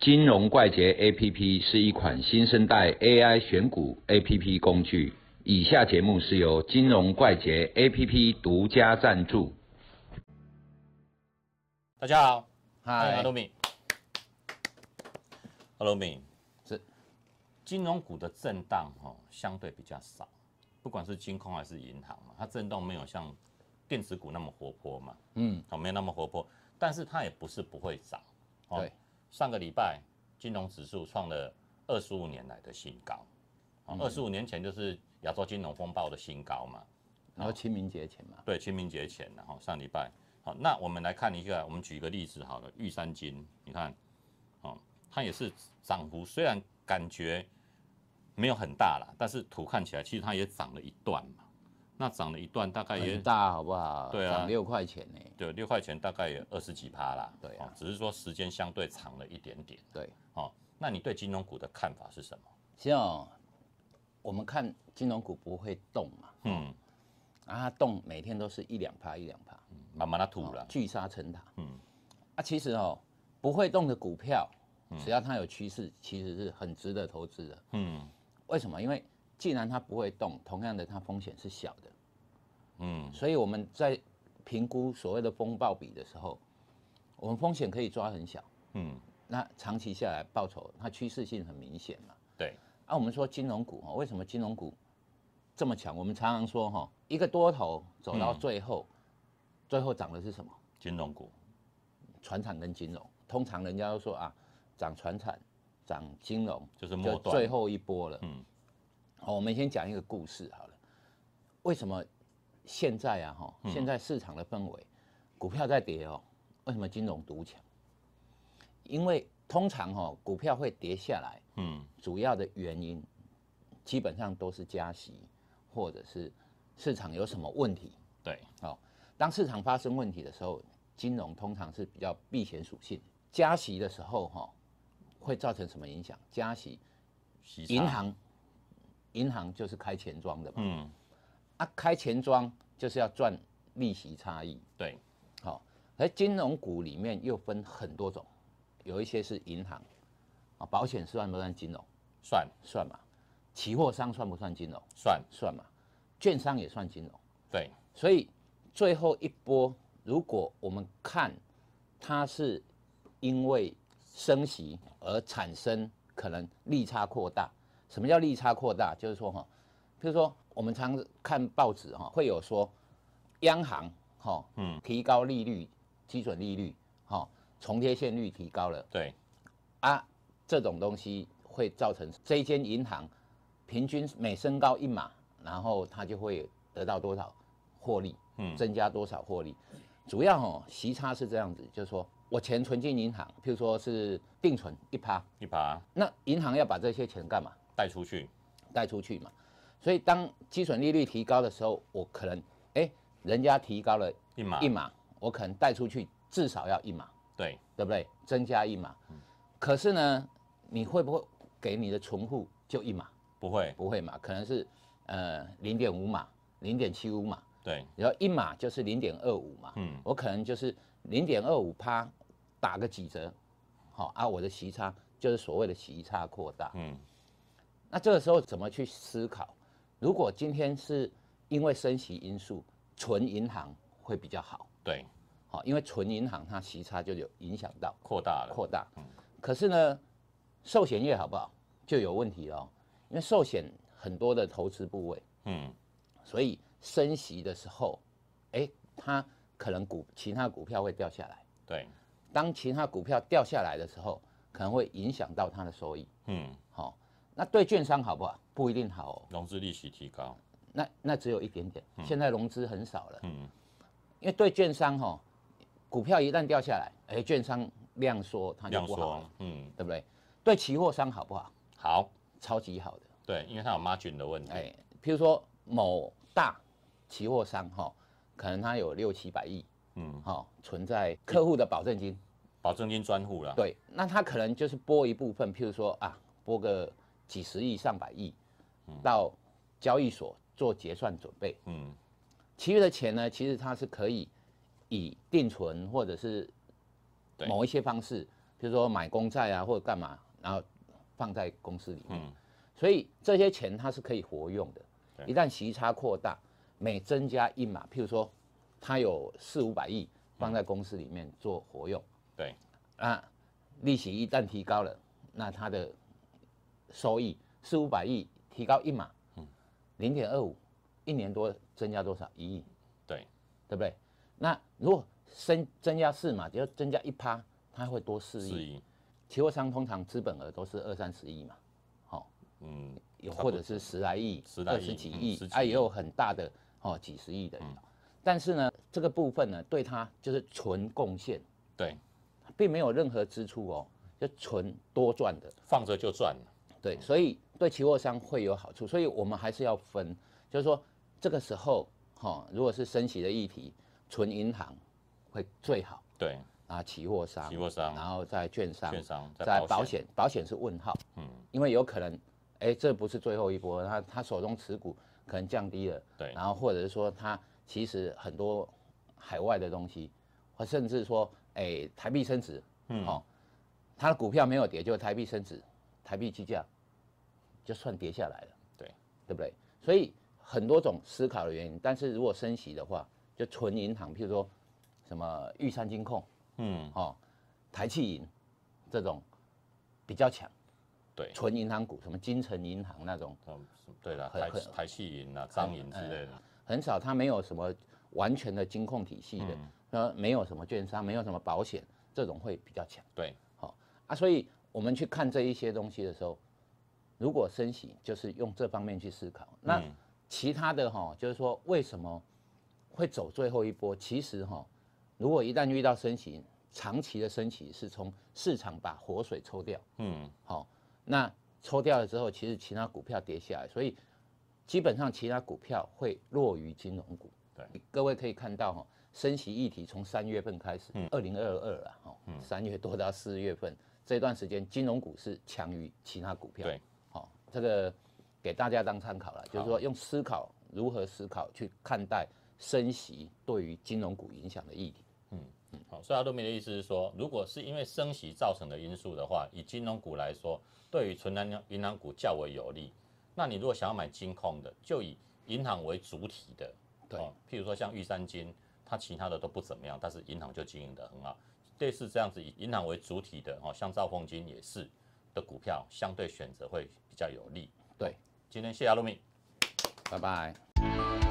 金融怪杰 APP 是一款新生代 AI 选股 APP 工具。以下节目是由金融怪杰 APP 独家赞助。 大家好， 嗨， 阿鲁米，阿鲁米是金融股的震荡相对比较少，不管是金控还是银行嘛，它震动没有像电子股那么活泼嘛，没有那么活泼，但是它也不是不会涨， 对。 上个礼拜金融指数创了25年来的新高，25年前就是亚洲金融风暴的新高嘛， 然后清明节前嘛， 对，清明节前，然后上礼拜，好，那我们来看一下，我们举一个例子好了，玉山金，你看，它也是涨幅，虽然感觉没有很大啦，但是图看起来其实它也涨了一段嘛，那涨了一段大概也很大好不好？ 对啊， 涨6块钱呢， 对，6块钱大概也20几%啦， 对啊， 只是说时间相对长了一点点， 对， 那你对金融股的看法是什么？ 像我们看金融股不会动嘛，它动每天都是1-2%， 慢慢的吐了， 聚沙成塔，其实不会动的股票，只要它有趋势，其实是很值得投资的，为什么？因为既然它不会动，同样的它风险是小的，所以我们在评估所谓的风暴比的时候，我们风险可以抓很小，那长期下来报酬它趋势性很明显嘛， 对， 我们说金融股为什么金融股这么强？我们常常说一个多头走到最后，最后涨的是什么？ 金融股， 传产跟金融，通常人家都说涨传产，涨金融， 就是末段最后一波了。我们先讲一个故事好了。为什么现在现在市场的氛围，股票在跌为什么金融独强？因为通常股票会跌下来，主要的原因基本上都是加息，或者是市场有什么问题。 对， 当市场发生问题的时候，金融通常是比较避险属性。加息的时候会造成什么影响？加息，银行就是开钱庄的嘛，开钱庄就是要赚利息差异。 对， 而金融股里面又分很多种，有一些是银行，保险算不算金融？算嘛。期货商算不算金融？算嘛。券商也算金融。 对， 所以最后一波，如果我们看它是因为升息而产生可能利差扩大。什么叫利差扩大？就是说譬如说我们常看报纸会有说央行提高利率，基准利率重贴现率提高了， 对这种东西会造成这一间银行平均每升高1码，然后它就会得到多少获利，增加多少获利。主要息差是这样子，就是说我钱存进银行，譬如说是定存1%，那银行要把这些钱干嘛？ 带出去嘛。所以当基准利率提高的时候，我可能人家提高了1码，我可能带出去至少要1码，对不对？增加1码。可是呢，你会不会给你的存户就1码？不会嘛，可能是0.5码、0.75码。对，然后1码就是0.25嘛，我可能就是0.25%打个几折，我的息差就是所谓的息差扩大。那这个时候怎么去思考？如果今天是因为升息因素，纯银行会比较好。对，因为纯银行它息差就有影响到扩大。可是呢，寿险业好不好就有问题了，因为寿险很多的投资部位，所以升息的时候，它可能其他股票会掉下来。对，当其他股票掉下来的时候，可能会影响到它的收益。那对券商好不好？不一定好融资利息提高，那只有一点点。现在融资很少了。因为对券商股票一旦掉下来，券商量缩它就不好了。对不对？对期货商好不好？好，超级好的。对，因为它有 margin 的问题。譬如说某大期货商可能它有600-700亿，存在客户的保证金专户了。对，那他可能就是拨一部分，譬如说拨个几十亿、上百亿，到交易所做结算准备。其余的钱呢，其实它是可以以定存或者是某一些方式比如说买公债啊或者干嘛，然后放在公司里面，所以这些钱它是可以活用的。一旦息差扩大，每增加1码，譬如说它有400-500亿放在公司里面做活用， 对， 啊，利息一旦提高了，那它的收益400-500亿提高1码，0.25，一年多增加多少？1亿， 对不对？那如果增加4码，就增加1%，它会多4亿。期货商通常资本额都是20-30亿嘛，有或者是10来亿、20几亿，也有很大的几十亿的。但是呢，这个部分呢，对它就是纯贡献， 对， 并没有任何支出哦，就纯多赚的， 放着就赚了。 对，所以对期货商会有好处，所以我们还是要分，就是说这个时候如果是升息的议题，纯银行会最好， 对， 啊，期货商，然后再券商，再保险，保险是问号，因为有可能，这不是最后一波，他手中持股可能降低了， 对， 然后或者是说他其实很多海外的东西，或甚至说，台币升值，他的股票没有跌，就台币升值，台币计价就算跌下来了， 对不对？所以很多种思考的原因，但是如果升息的话，就纯银行，譬如说什么玉山金控。台企银这种比较强， 对， 纯银行股，什么金城银行那种， 对了，台企银啊、彰银之类的， 很少，它没有什么完全的金控体系的，没有什么券商，没有什么保险，这种会比较强。 对， 所以我们去看这一些东西的时候，如果升息，就是用这方面去思考。那其他的就是说为什么会走最后一波？其实如果一旦遇到升息，长期的升息是从市场把活水抽掉，那抽掉了之后，其实其他股票跌下来，所以基本上其他股票会弱于金融股。 对， 各位可以看到升息议题从3月份开始，2022啦，3月多到4月份这段时间，金融股是强于其他股票。 对， 这个给大家当参考了，就是说用思考如何思考去看待升息对于金融股影响的议题。 好，所以阿多米的意思是说，如果是因为升息造成的因素的话，以金融股来说，对于纯银行股较为有利。那你如果想要买金控的，就以银行为主体的， 对， 譬如说像玉山金，它其他的都不怎么样，但是银行就经营得很好。类似这样子以银行为主体的，像兆丰金也是的股票，相对选择会比较有利。 对， 今天谢谢阿多米， 拜拜。